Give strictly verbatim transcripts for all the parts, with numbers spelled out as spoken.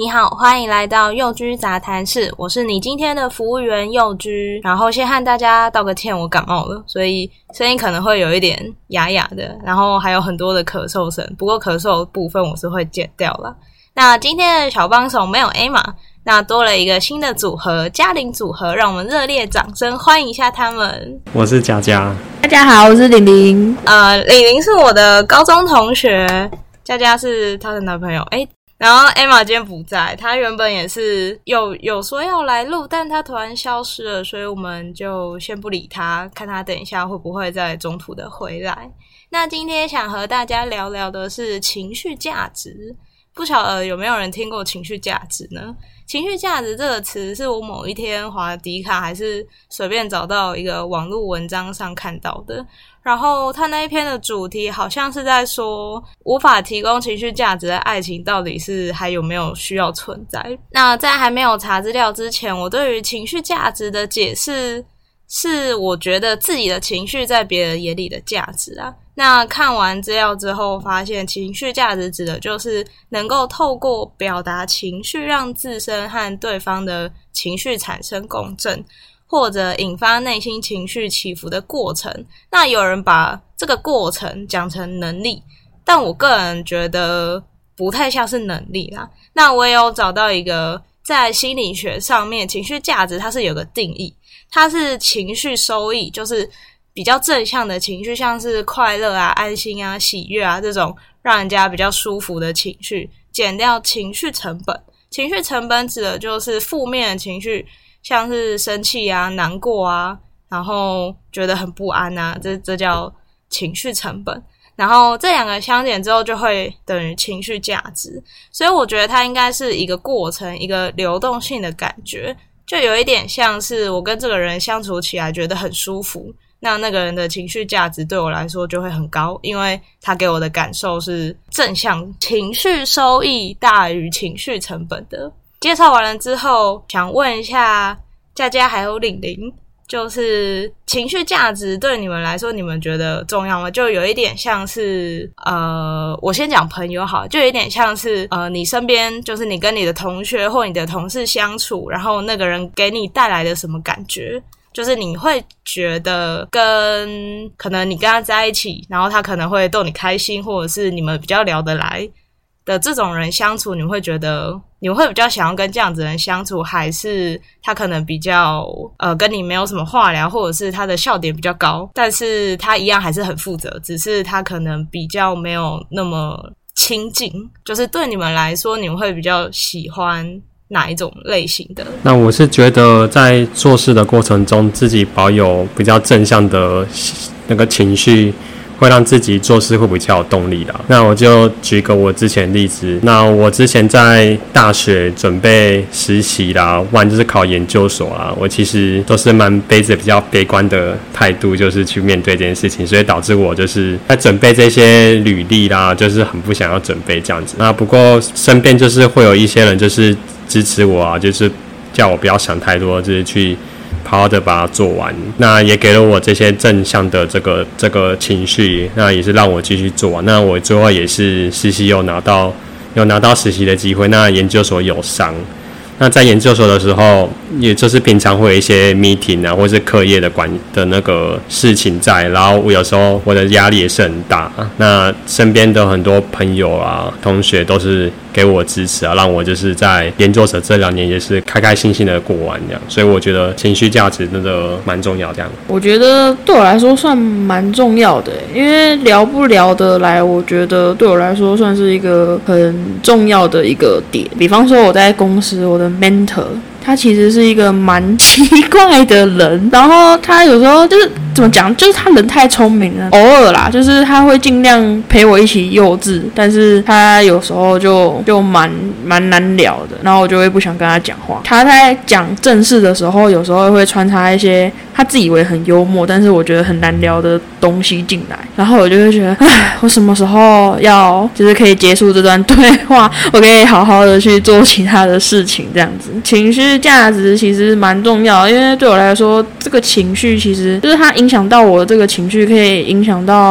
你好，欢迎来到幼居杂谈室，我是你今天的服务员幼居。然后先和大家道个歉，我感冒了，所以声音可能会有一点哑哑的，然后还有很多的咳嗽声，不过咳嗽的部分我是会剪掉啦。那今天的小帮手没有 Emma， 那多了一个新的组合，嘉玲组合，让我们热烈掌声欢迎一下他们。 我是佳佳。 大家好，我是玲玲。 呃，玲玲是我的高中同学，佳佳是她的男朋友。诶然后 Emma 今天不在，她原本也是有有说要来录，但她突然消失了，所以我们就先不理她，看她等一下会不会在中途的回来。那今天想和大家聊聊的是情绪价值，不晓得有没有人听过情绪价值呢？情绪价值这个词是我某一天滑迪卡还是随便找到一个网络文章上看到的，然后他那一篇的主题好像是在说无法提供情绪价值的爱情到底是还有没有需要存在。那在还没有查资料之前，我对于情绪价值的解释是我觉得自己的情绪在别人眼里的价值啊。那看完资料之后发现，情绪价值指的就是能够透过表达情绪让自身和对方的情绪产生共振，或者引发内心情绪起伏的过程。那有人把这个过程讲成能力，但我个人觉得不太像是能力啦。那我也有找到一个在心理学上面情绪价值它是有个定义，它是情绪收益，就是比较正向的情绪，像是快乐啊、安心啊、喜悦啊这种让人家比较舒服的情绪，减掉情绪成本。情绪成本指的就是负面的情绪，像是生气啊、难过啊，然后觉得很不安啊，这这叫情绪成本。然后这两个相减之后就会等于情绪价值，所以我觉得它应该是一个过程，一个流动性的感觉，就有一点像是我跟这个人相处起来觉得很舒服，那那个人的情绪价值对我来说就会很高，因为他给我的感受是正向，情绪收益大于情绪成本的。介绍完了之后，想问一下佳佳还有玲玲，就是情绪价值对你们来说，你们觉得重要吗？就有一点像是呃，我先讲朋友好，就有一点像是呃，你身边就是你跟你的同学或你的同事相处，然后那个人给你带来的什么感觉，就是你会觉得跟可能你跟他在一起，然后他可能会逗你开心，或者是你们比较聊得来的这种人相处，你们会觉得你们会比较想要跟这样子的人相处，还是他可能比较呃跟你没有什么话聊，或者是他的笑点比较高，但是他一样还是很负责，只是他可能比较没有那么亲近，就是对你们来说，你们会比较喜欢哪一种类型的？ 那我是觉得在做事的过程中，自己保有比较正向的那个情绪，会让自己做事会比较有动力啦。那我就举个我之前的例子，那我之前在大学准备实习啦，不然就是考研究所啦，我其实都是蛮背着比较悲观的态度，就是去面对这件事情，所以导致我就是在准备这些履历啦，就是很不想要准备这样子。那不过身边就是会有一些人就是支持我啊，就是叫我不要想太多，就是去好好的把它做完。那也给了我这些正向的这个这个情绪，那也是让我继续做完。那我最后也是实习有拿到有拿到实习的机会，那研究所有上。那在研究所的时候，也就是平常会有一些 meeting 啊，或是课业的管的那个事情在，然后我有时候我的压力也是很大。那身边的很多朋友啊、同学都是给我支持啊，让我就是在研究所这两年也是开开心心的过完这样。所以我觉得情绪价值真的蛮重要这样。 我觉得对我来说算蛮重要的，因为聊不聊得来，我觉得对我来说算是一个很重要的一个点。比方说我在公司，我的mentor他其实是一个蛮奇怪的人，然后他有时候就是怎么讲，就是他人太聪明了，偶尔啦，就是他会尽量陪我一起幼稚，但是他有时候就就蛮蛮难聊的，然后我就会不想跟他讲话。他在讲正事的时候，有时候会穿插一些他自以为很幽默，但是我觉得很难聊的东西进来，然后我就会觉得，唉，我什么时候要就是可以结束这段对话，我可以好好的去做其他的事情，这样子。情绪价值其实蛮重要的，因为对我来说，这个情绪其实就是它影响到我的这个情绪，可以影响到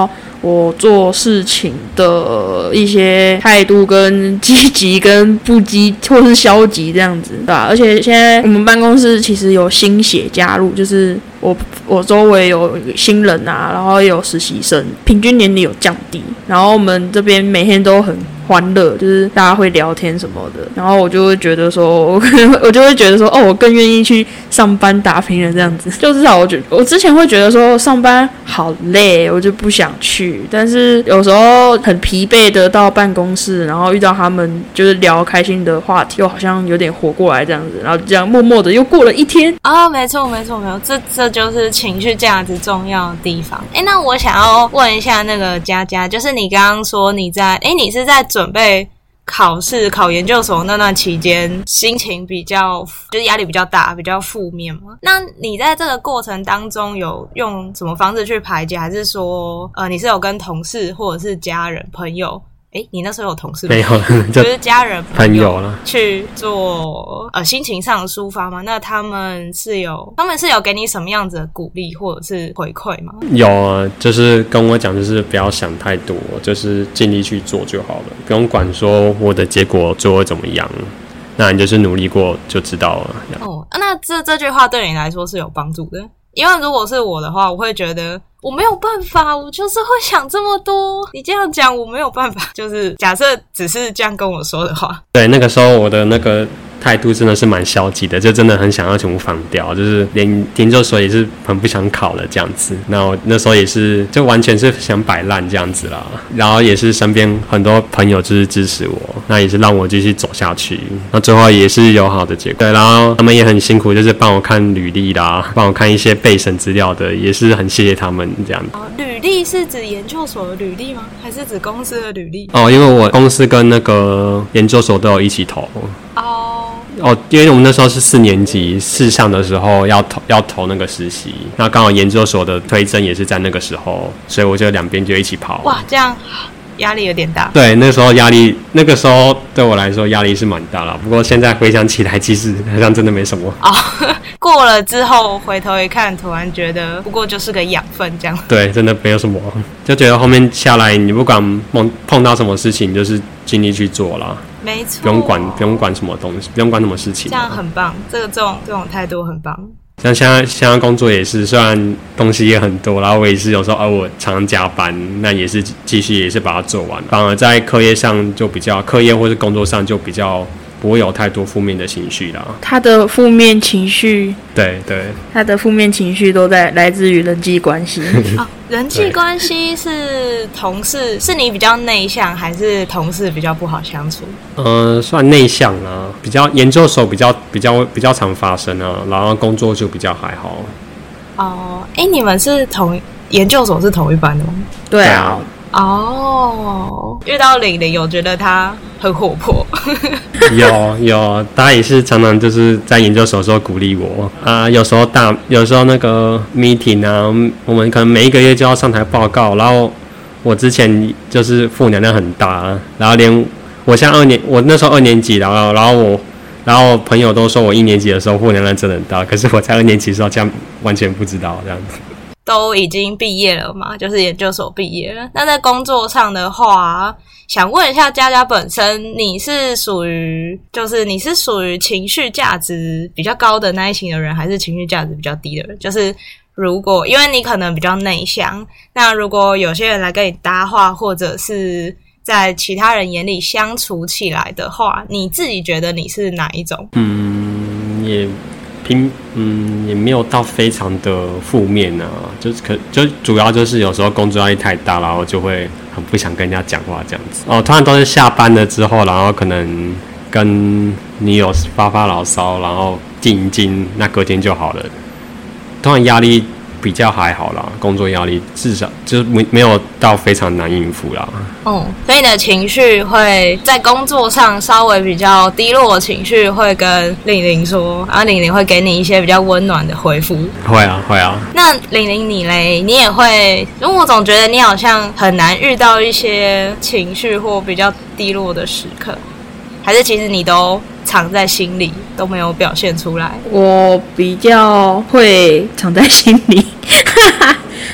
我做事情的一些态度跟积极跟不积或是消极这样子，对吧？而且现在我们办公室其实有新血加入，就是我我周围有新人啊，然后也有实习生，平均年龄有降低，然后我们这边每天都很欢乐，就是大家会聊天什么的，然后我就会觉得说，我我就会觉得说，哦，我更愿意去上班打拼了这样子。就至少我觉得，我之前会觉得说上班好累，我就不想去。但是有时候很疲惫的到办公室，然后遇到他们就是聊开心的话题，又好像有点活过来这样子，然后这样默默的又过了一天。 啊、哦，没错没错没错，这这就是情绪价值重要的地方。哎，那我想要问一下那个佳佳，就是你刚刚说你在，哎，你是在准备考试考研究所那段期间心情比较就是压力比较大比较负面吗？那你在这个过程当中有用什么方式去排解，还是说呃你是有跟同事或者是家人朋友，诶，你那时候有同事吗？ 没有， 就就是家人朋友了去做呃心情上的抒发吗？那他们是有他们是有给你什么样子的鼓励或者是回馈吗？ 有啊，就是跟我讲，就是不要想太多，就是尽力去做就好了，不用管说我的结果最后怎么样，那你就是努力过就知道了。 哦，那这这句话对你来说是有帮助的，因为如果是我的话，我会觉得我没有办法，我就是会想这么多。你这样讲我没有办法，就是假设只是这样跟我说的话， 对，那个时候我的那个态度真的是蛮消极的，就真的很想要全部放掉，就是连研究所也是很不想考了这样子。那我那时候也是就完全是想摆烂这样子啦，然后也是身边很多朋友就是支持我，那也是让我继续走下去。那最后也是有好的结果。对，然后他们也很辛苦，就是帮我看履历啦，帮我看一些备审资料的，也是很谢谢他们这样子。 哦，履历是指研究所的履历吗？还是指公司的履历？ 哦，因为我公司跟那个研究所都有一起投。 哦。 哦，因为我们那时候是四年级四项的时候要投要投那个实习，那刚好研究所的推甄也是在那个时候，所以我就两边就一起跑。 哇，这样压力有点大。 对，那时候压力，那个时候对我来说压力是蛮大了。不过现在回想起来，其实好像真的没什么。 哦，过了之后回头一看，突然觉得不过就是个养分这样。 对，真的没有什么，就觉得后面下来，你不管碰碰到什么事情，就是尽力去做啦。 没错， 不用管，不用管什么东西，不用管什么事情。 这样很棒，这个这种这种态度很棒。 像现在现在工作也是，虽然东西也很多，然后我也是有时候啊，我常常加班，那也是继续也是把它做完。反而在课业上就比较，课业或是工作上就比较不会有太多负面的情绪啦。 他的负面情绪， 对对， 他的负面情绪都在来自于人际关系。 哦，人际关系是同事，是你比较内向，还是同事比较不好相处？ 呃，算内向啦，比较研究所比较比较比较常发生啊，然后工作就比较还好。 哦，哎，你们是同研究所是同一班的吗？ 对啊。 哦，遇到玲玲，我觉得她很活泼。 有有，大家也是常常就是在研究所的时候鼓励我啊、呃。有时候大，有时候那个 meeting 啊，我们可能每一个月就要上台报告，然后我之前就是负能量很大，然后连我像二年，我那时候二年级，然后然后我，然后朋友都说我一年级的时候负能量真的很大，可是我在二年级的时候这样完全不知道这样子。 都已经毕业了嘛，就是研究所毕业了。那在工作上的话，想问一下佳佳本身，你是属于就是你是属于情绪价值比较高的那一型的人，还是情绪价值比较低的人？就是如果因为你可能比较内向，那如果有些人来跟你搭话，或者是在其他人眼里相处起来的话，你自己觉得你是哪一种？ 嗯，也平嗯也没有到非常的负面啊，就是可就主要就是有时候工作压力太大，然后就会很不想跟人家讲话这样子。哦，通常都是下班了之后，然后可能跟女友发发牢骚，然后静一静，那隔天就好了。通常压力比较还好啦，工作压力至少就是没没有到非常难应付啦。 哦、嗯，所以你的情绪会在工作上稍微比较低落的情绪，会跟玲玲说，然后玲玲会给你一些比较温暖的回复。 会啊，会啊。 那玲玲你嘞，你也会？因为我总觉得你好像很难遇到一些情绪或比较低落的时刻，还是其实你都藏在心里，都没有表现出来？ 我比较会藏在心里，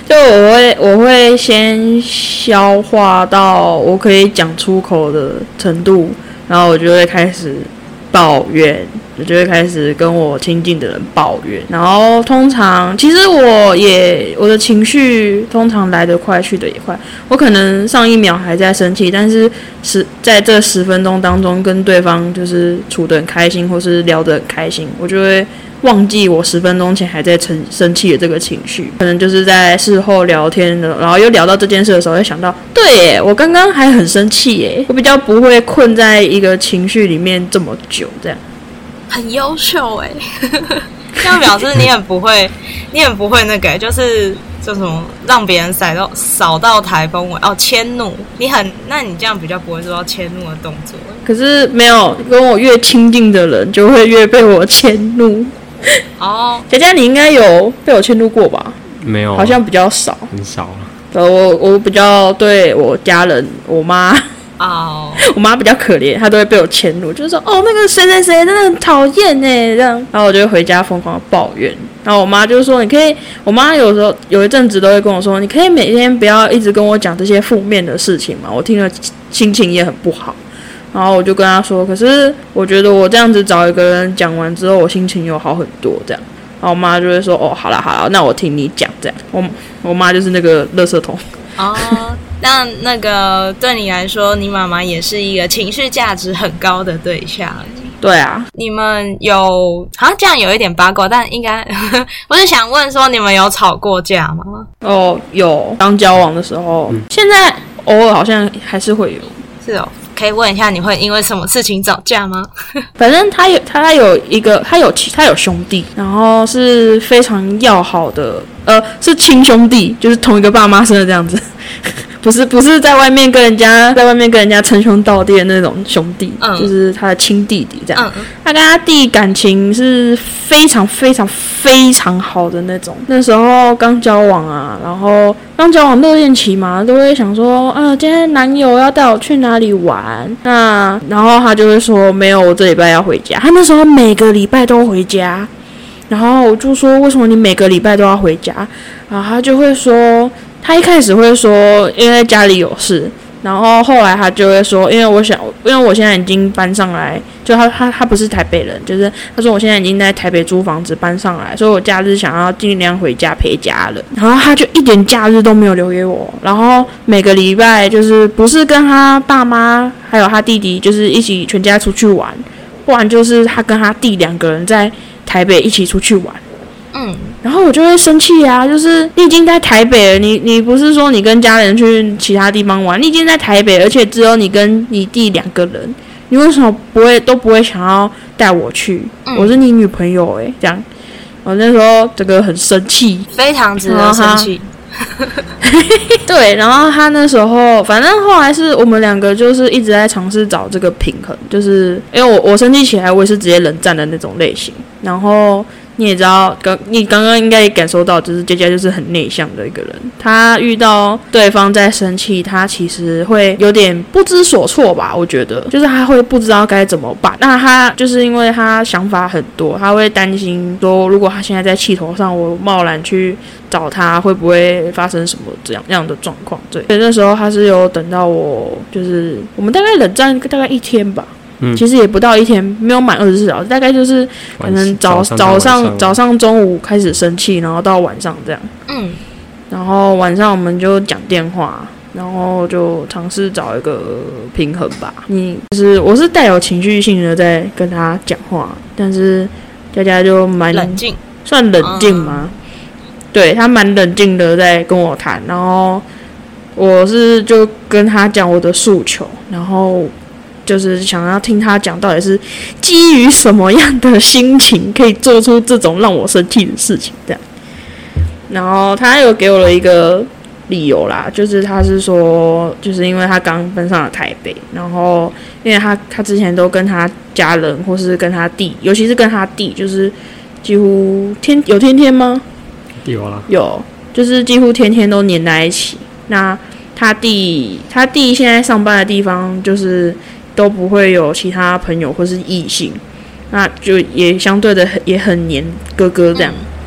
就我会我会先消化到我可以讲出口的程度，然后我就会开始抱怨，我就会开始跟我亲近的人抱怨。然后通常其实我也我的情绪通常来得快去得也快，我可能上一秒还在生气，但是十在这十分钟当中跟对方就是处得很开心或是聊得很开心，我就会忘记我十分钟前还在生生气的这个情绪，可能就是在事后聊天的，然后又聊到这件事的时候，会想到，对耶，我刚刚还很生气耶，我比较不会困在一个情绪里面这么久，这样很优秀哎，这样表示你很不会，你很不会那个，就是就什么让别人扫到扫到台风尾哦，迁怒，你很，那你这样比较不会做到迁怒的动作。 可是没有跟我越亲近的人，就会越被我迁怒。 哦， 佳佳，你应该有被我迁怒过吧？ 没有， 好像比较少， 很少了。 呃，我我比较对我家人，我妈， 哦， 我妈比较可怜，她都会被我迁怒，就是说，哦，那个谁谁谁真的很讨厌哎，这样，然后我就会回家疯狂的抱怨。然后我妈就说，你可以，我妈有时候有一阵子都会跟我说，你可以每天不要一直跟我讲这些负面的事情嘛，我听了心情也很不好。然后我就跟她说，可是我觉得我这样子找一个人讲完之后，我心情有好很多这样。然后我妈就会说，哦，好啦好啦，那我听你讲这样。我我妈就是那个垃圾桶。 哦，那那个对你来说，你妈妈也是一个情绪价值很高的对象。 对啊， 你们有好像这样有一点八卦，但应该我是想问说，你们有吵过架吗？ 哦，有刚交往的时候，嗯、现在偶尔好像还是会有。 是哦，可以问一下你会因为什么事情吵架吗？ 反正他有他有一个他有他有兄弟，然后是非常要好的，呃，是亲兄弟，就是同一个爸妈生的这样子。不是不是在外面跟人家在外面跟人家称兄道弟的那种兄弟，嗯、就是他的亲弟弟这样。嗯、他跟他弟感情是非常非常非常好的那种。那时候刚交往啊，然后刚交往热恋期嘛，都会想说，啊，今天男友要带我去哪里玩？那然后他就会说，没有，我这礼拜要回家。他那时候每个礼拜都回家。然后我就说，为什么你每个礼拜都要回家？然后他就会说，他一开始会说，因为家里有事。然后后来他就会说，因为我想，因为我现在已经搬上来，就他他他不是台北人，就是他说我现在已经在台北租房子搬上来，所以我假日想要尽量回家陪家人。然后他就一点假日都没有留给我，然后每个礼拜就是不是跟他爸妈还有他弟弟就是一起全家出去玩，不然就是他跟他弟两个人在台北一起出去玩。嗯，然后我就会生气啊，就是你已经在台北了，你你不是说你跟家人去其他地方玩，你已经在台北，而且只有你跟你弟两个人，你为什么不会都不会想要带我去？嗯、我是你女朋友诶、欸，这样，我那时候这个很生气， 非常值得生气。 对，然后他那时候，反正后来是我们两个就是一直在尝试找这个平衡，就是因为我我生气起来，我也是直接冷战的那种类型，然后。你也知道，刚你刚刚应该也感受到，就是佳佳就是很内向的一个人。他遇到对方在生气，他其实会有点不知所措吧？我觉得，就是他会不知道该怎么办。那他就是因为他想法很多，他会担心说，如果他现在在气头上，我贸然去找他，会不会发生什么这样样的状况？对，所以那时候他是有等到我，就是我们大概冷战大概一天吧。嗯、其实也不到一天，没有满二十四小时，大概就是可能早早上早上中午开始生气，然后到晚上这样。嗯，然后晚上我们就讲电话，然后就尝试找一个平衡吧。你就是我是带有情绪性的在跟他讲话，但是佳佳就蛮冷静， 算冷静吗？嗯、对他蛮冷静的在跟我谈，然后我是就跟他讲我的诉求，然后。就是想要听他讲到底是基于什么样的心情可以做出这种让我生气的事情这样，然后他有给我了一个理由啦，就是他是说就是因为他刚搬上了台北，然后因为他他之前都跟他家人或是跟他弟，尤其是跟他弟，就是几乎天有天天吗？ 有啦， 有，就是几乎天天都黏在一起。那他弟他弟现在上班的地方就是都不会有其他朋友或是异性，那就也相对的也很黏哥哥这样，嗯、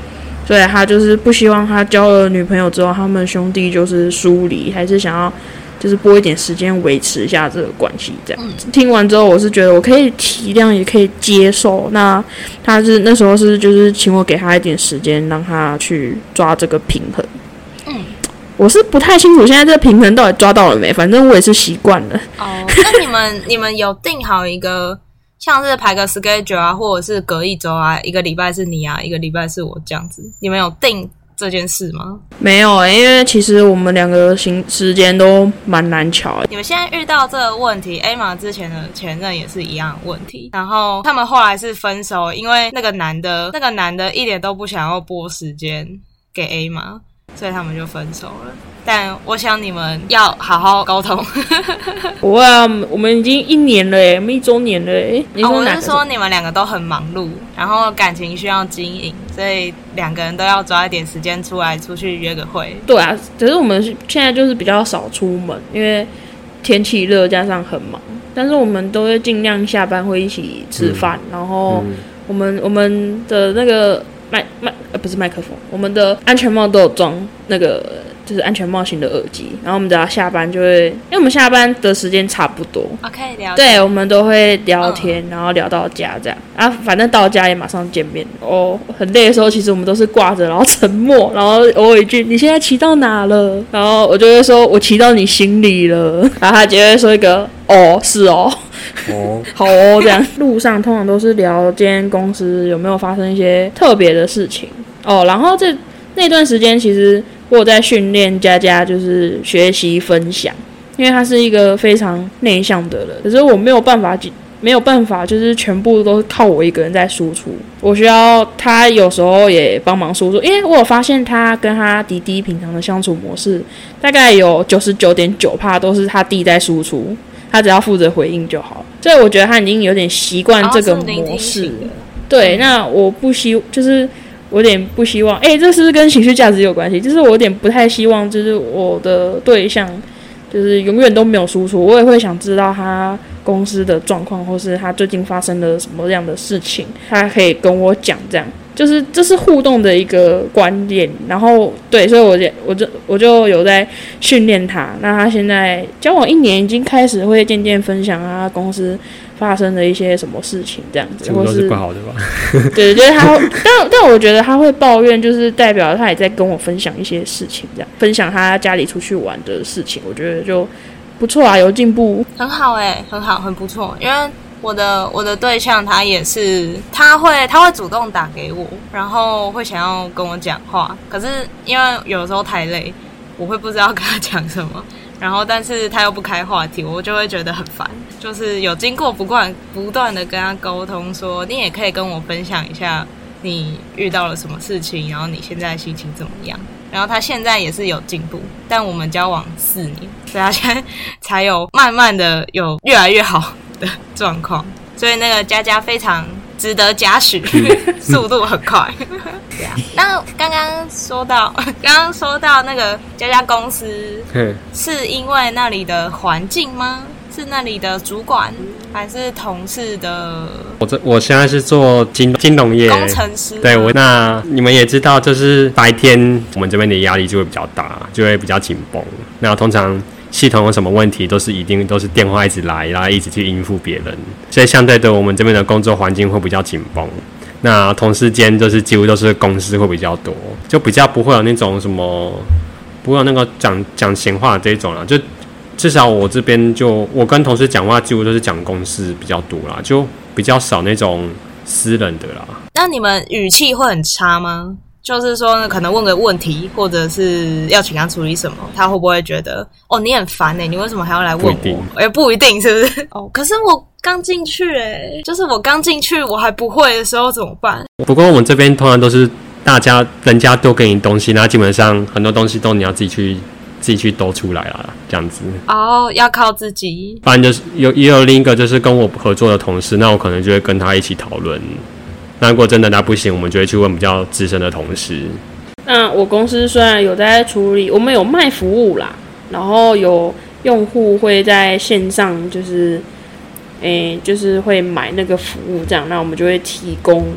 对，他就是不希望他交了女朋友之后，他们兄弟就是疏离，还是想要就是拨一点时间维持一下这个关系。这样、嗯、听完之后，我是觉得我可以体谅，也可以接受。那他是那时候是就是请我给他一点时间，让他去抓这个平衡。嗯，我是不太清楚现在这个平衡到底抓到了没，反正我也是习惯了。 哦，那你们你们有定好一个？像是排个 schedule 啊，或者是隔一周啊，一个礼拜是你啊，一个礼拜是我这样子。你们有定这件事吗？ 没有、欸，因为其实我们两个行时间都蛮难巧的。 你们现在遇到这个问题 ，Emma 之前的前任也是一样的问题，然后他们后来是分手，因为那个男的，那个男的一点都不想要拨时间给 Emma， 所以他们就分手了。但我想你们要好好沟通。 不会啊，我们已经一年了耶，我们一周年了耶。你说哪个？ 哦，我是说你们两个都很忙碌，然后感情需要经营，所以两个人都要抓一点时间出来出去约个会。 对啊，只是我们现在就是比较少出门，因为天气热加上很忙，但是我们都会尽量下班会一起吃饭、嗯、然后我们我们的那个麦麦呃不是麦克风，我们的安全帽都有装那个就是安全帽型的耳机，然后我们只要下班就会，因为我们下班的时间差不多， 哦，可以聊天， 对，我们都会聊天、嗯、然后聊到家这样啊，反正到家也马上见面哦。很累的时候其实我们都是挂着然后沉默，然后偶尔一句你现在骑到哪了，然后我就会说我骑到你心里了，然后他就会说一个哦是哦哦好哦这样。路上通常都是聊今天公司有没有发生一些特别的事情哦，然后这那段时间其实我有在训练佳佳就是学习分享，因为他是一个非常内向的人，可是我没有办法没有办法就是全部都靠我一个人在输出，我需要他有时候也帮忙输出，因为我有发现他跟他弟弟平常的相处模式大概有 百分之九十九点九 都是他弟在输出，他只要负责回应就好，所以我觉得他已经有点习惯这个模式、哦、对，那我不希就是我有点不希望，哎、欸，这是不是跟情绪价值有关系？就是我有点不太希望，就是我的对象就是永远都没有输出，我也会想知道他公司的状况，或是他最近发生了什么样的事情，他可以跟我讲，这样就是这是互动的一个观念。然后对，所以我就我就我就有在训练他。那他现在交往一年，已经开始会渐渐分享他公司发生的一些什么事情，这样子， 这都是不好的吧？ 对，就是他，但但我觉得他会抱怨，就是代表他也在跟我分享一些事情，这样分享他家里出去玩的事情，我觉得就不错啊，有进步， 很好哎、欸，很好，很不错。因为我的我的对象他也是，他会他会主动打给我，然后会想要跟我讲话，可是因为有时候太累，我会不知道跟他讲什么。然后但是他又不开话题，我就会觉得很烦，就是有经过不断不断的跟他沟通说，你也可以跟我分享一下你遇到了什么事情，然后你现在心情怎么样。然后他现在也是有进步，但我们交往四年，所以他现在才有慢慢的有越来越好的状况，所以那个佳佳非常值得嘉许，速度很快。对啊，那刚刚说到，刚刚说到那个佳佳公司，是因为那里的环境吗？是那里的主管，还是同事的？ 我这我现在是做金金融业工程师。 对，我那你们也知道，就是白天我们这边的压力就会比较大，就会比较紧绷。那通常系统有什么问题，都是一定都是电话一直来，然后一直去应付别人，所以相对的，我们这边的工作环境会比较紧绷。那同事间就是几乎都是公司会比较多，就比较不会有那种什么，不会有那个讲讲闲话的这种啦。就至少我这边就我跟同事讲话，几乎都是讲公事比较多啦，就比较少那种私人的啦。 那你们语气会很差吗？就是说可能问个问题，或者是要请他处理什么，他会不会觉得哦你很烦欸，你为什么还要来问我？不一定，也不一定是不是？哦，可是我刚进去欸，就是我刚进去我还不会的时候怎么办？ 不过我们这边通常都是大家人家都给你东西，那基本上很多东西都你要自己去自己去兜出来啦，这样子。 哦，要靠自己。 不然就是有也有另一个就是跟我合作的同事，那我可能就会跟他一起讨论。那如果真的他不行，我们就会去问比较资深的同事。 那我公司虽然有在处理，我们有卖服务啦，然后有用户会在线上就是诶、欸，就是会买那个服务这样，那我们就会提供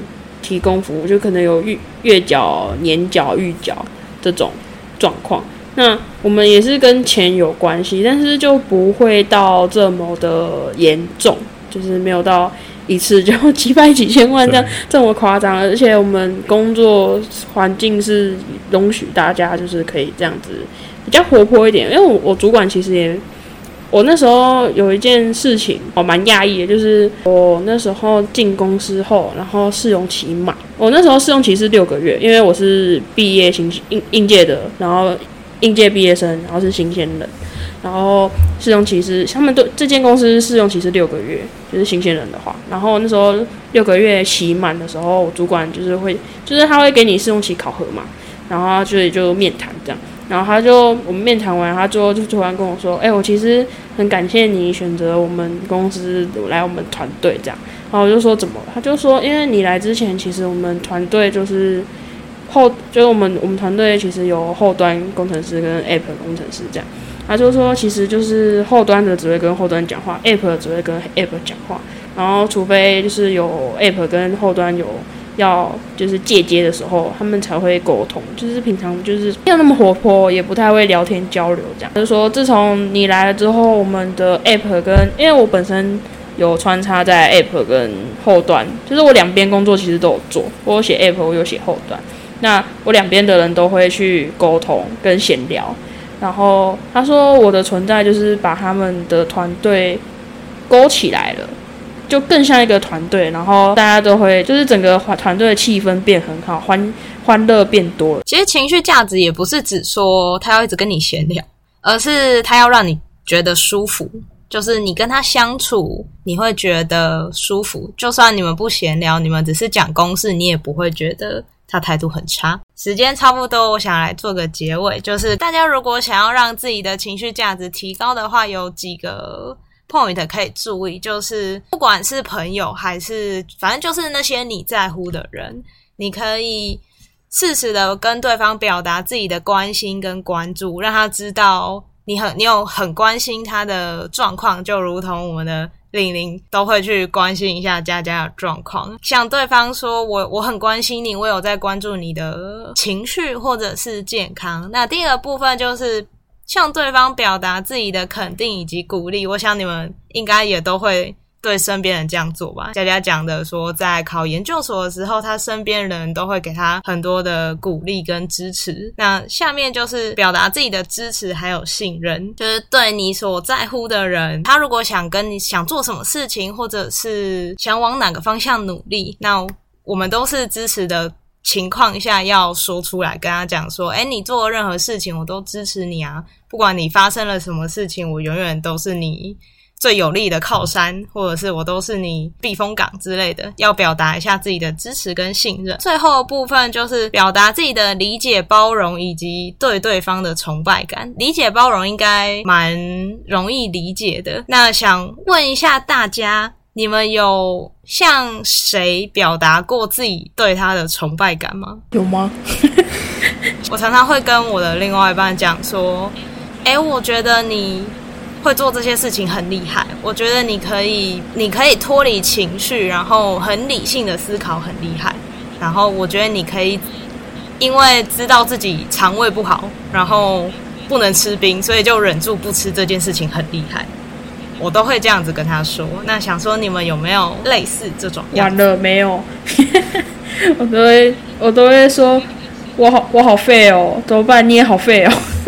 提供服务，就可能有月月缴、年缴、预缴这种状况。那我们也是跟钱有关系，但是就不会到这么的严重，就是没有到一次就几百几千万这样这么夸张。而且我们工作环境是容许大家就是可以这样子比较活泼一点，因为我我主管其实也，我那时候有一件事情我蛮讶异的，就是我那时候进公司后，然后试用期满，我那时候试用期是六个月，因为我是毕业新应应届的，然后应届毕业生，然后是新鲜人，然后试用期是他们都这间公司试用期是六个月，就是新鲜人的话，然后那时候六个月期满的时候，我主管就是会，就是他会给你试用期考核嘛，然后他就就面谈这样，然后他就我们面谈完，他最后就突然跟我说，哎、欸，我其实很感谢你选择我们公司来我们团队这样，然后我就说怎么了？他就说，因为你来之前，其实我们团队就是后，就是我们我们团队其实有后端工程师跟 App 工程师这样。他就说，其实就是后端的只会跟后端讲话 ，App 的只会跟 App 讲话。然后，除非就是有 App 跟后端有要就是借接的时候，他们才会沟通。就是平常就是没有那么活泼，也不太会聊天交流这样。就是说，自从你来了之后，我们的 App 跟因为我本身有穿插在 App 跟后端，就是我两边工作其实都有做，我有写 App， 我有写后端。那我两边的人都会去沟通跟闲聊。然后他说我的存在就是把他们的团队勾起来了，就更像一个团队，然后大家都会就是整个团队的气氛变很好，欢欢乐变多了。 其实情绪价值也不是只说他要一直跟你闲聊，而是他要让你觉得舒服，就是你跟他相处你会觉得舒服，就算你们不闲聊，你们只是讲公事，你也不会觉得他态度很差。时间差不多，我想来做个结尾，就是大家如果想要让自己的情绪价值提高的话，有几个 point 可以注意，就是不管是朋友还是反正就是那些你在乎的人，你可以适时的跟对方表达自己的关心跟关注，让他知道你很你有很关心他的状况，就如同我们的玲玲都会去关心一下佳佳的状况，向对方说我我很关心你，我有在关注你的情绪或者是健康。那第二个部分就是向对方表达自己的肯定以及鼓励，我想你们应该也都会对身边人这样做吧。佳佳讲的说在考研究所的时候，他身边人都会给他很多的鼓励跟支持。那下面就是表达自己的支持还有信任，就是对你所在乎的人，他如果想跟你想做什么事情，或者是想往哪个方向努力，那我们都是支持的情况下要说出来，跟他讲说，诶，你做任何事情我都支持你啊，不管你发生了什么事情，我永远都是你最有力的靠山，或者是我都是你避风港之类的，要表达一下自己的支持跟信任。最后的部分就是表达自己的理解包容以及对对方的崇拜感。理解包容应该蛮容易理解的，那想问一下大家，你们有向谁表达过自己对他的崇拜感吗？ 有吗？ 我常常会跟我的另外一半讲说，诶，我觉得你会做这些事情很厉害，我觉得你可以你可以脱离情绪，然后很理性的思考很厉害，然后我觉得你可以因为知道自己肠胃不好，然后不能吃冰，所以就忍住不吃，这件事情很厉害，我都会这样子跟他说。那想说你们有没有类似这种样子？ 完了没有我都会我都会说我好我好废哦，怎么办？你也好废哦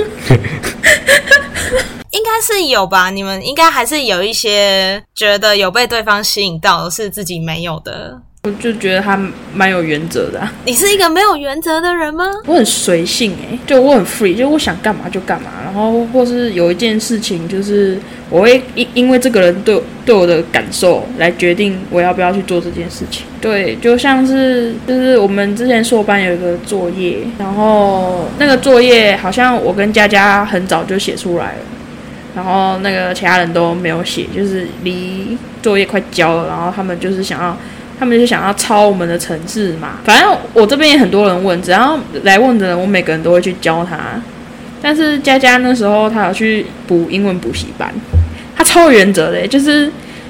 应该是有吧，你们应该还是有一些觉得有被对方吸引到是自己没有的。 我就觉得他蛮有原则的、啊、 你是一个没有原则的人吗？ 我很随性欸，就我很 free， 就我想干嘛就干嘛，然后或是有一件事情就是我会因因为这个人对对我的感受来决定我要不要去做这件事情。对，就像是就是我们之前硕班有一个作业，然后那个作业好像我跟佳佳很早就写出来了，然后那个其他人都没有写，就是离作业快交了，然后他们就是想要他们就想要抄我们的程式嘛。反正我这边也很多人问，只要来问的人，我每个人都会去教他。但是佳佳那时候她有去补英文补习班，她超有原则的，就是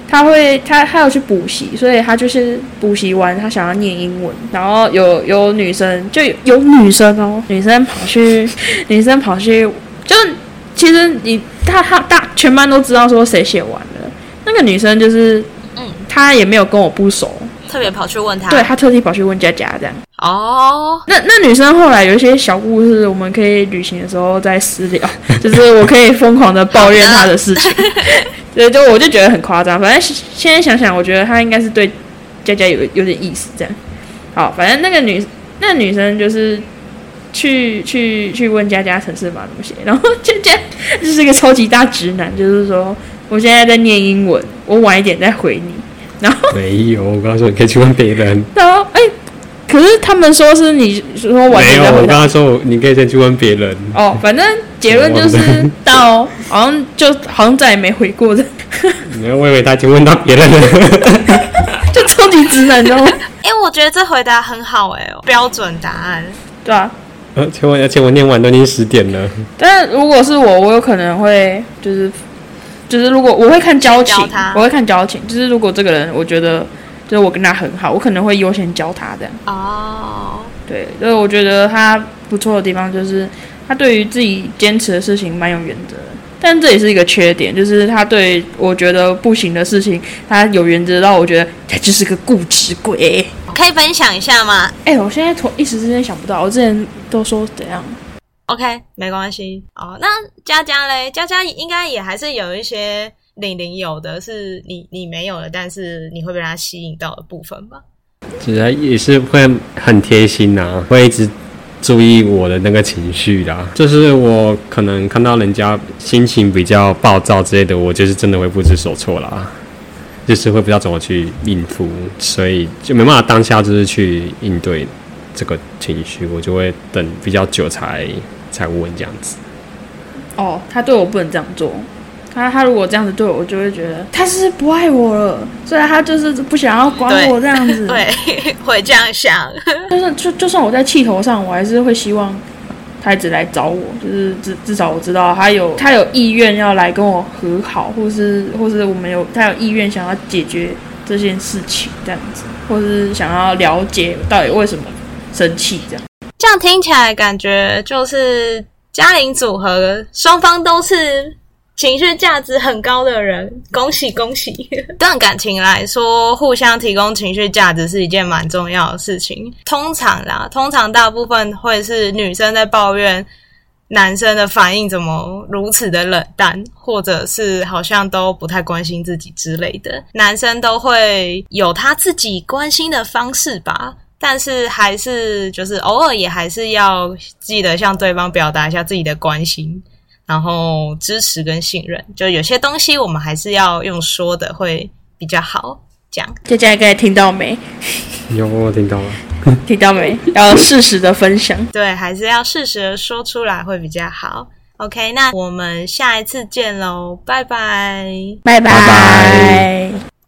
他会他他有去补习，所以他就是补习完他想要念英文，然后有有女生就有有女生哦，女生跑去女生跑去，就其实你他他大全班都知道说谁写完了，那个女生就是嗯，她也没有跟我不熟， 特别跑去问她， 对，她特地跑去问佳佳这样。 哦， 那那女生后来有一些小故事，我们可以旅行的时候再私聊，就是我可以疯狂的抱怨她的事情。对，就我就觉得很夸张，反正现在想想，我觉得她应该是对佳佳有有点意思这样。好，反正那个女那个女生就是去去去问佳佳程式码怎么写，然后佳佳就是一个超级大直男，就是说我现在在念英文，我晚一点再回你。然后没有，我刚刚说你可以去问别人。 然后哎。可是他们说是你说晚点再回答， 没有，我刚刚说你可以先去问别人。 哦，反正结论就是到好像就好像再也没回过的。 没有，我以为他已经问到别人了， 就超级直男，你知道吗？ 哎、欸，我觉得这回答很好哎、欸，标准答案。 对啊， 而且我而且我念完都已经十点了。 但如果是我，我有可能会就是就是如果我会看交情，我会看交情，就是如果这个人我觉得。就是我跟他很好，我可能会优先教他这样。哦，对，所以我觉得他不错的地方就是他对于自己坚持的事情蛮有原则的，但这也是一个缺点，就是他对我觉得不行的事情，他有原则到我觉得他就是个固执鬼。 可以分享一下吗？ 哎、欸，我现在从一时之间想不到，我之前都说怎样。 OK， 没关系。哦，那佳佳嘞，佳佳应该也还是有一些。玲玲有的是你你没有的，但是你会被他吸引到的部分吧？ 其实也是会很贴心呐、啊，会一直注意我的那个情绪啦。就是我可能看到人家心情比较暴躁之类的，我就是真的会不知所措啦，就是会不知道怎么去应付，所以就没办法当下就是去应对这个情绪，我就会等比较久才才问这样子。 哦，他对我不能这样做。他他如果这样子对我，我就会觉得他是不爱我了，所以他就是不想要管我这样子。 对，对会这样想。 但是就就算我在气头上，我还是会希望他一直来找我，就是至至少我知道他有他有意愿要来跟我和好，或是或是我们有他有意愿想要解决这件事情这样子，或是想要了解到底为什么生气这样。 这样听起来感觉就是嘉玲组合双方都是。情绪价值很高的人，恭喜恭喜！段感情来说，互相提供情绪价值是一件蛮重要的事情。通常啦，通常大部分会是女生在抱怨男生的反应怎么如此的冷淡，或者是好像都不太关心自己之类的。男生都会有他自己关心的方式吧。但是还是就是偶尔也还是要记得向对方表达一下自己的关心。然后支持跟信任，就有些东西我们还是要用说的会比较好。这样， 佳佳应该听到没？ 有，我听到了。 听到没？要适时的分享。 对，还是要适时的说出来会比较好。OK， 那我们下一次见喽，拜拜， 拜拜。拜拜。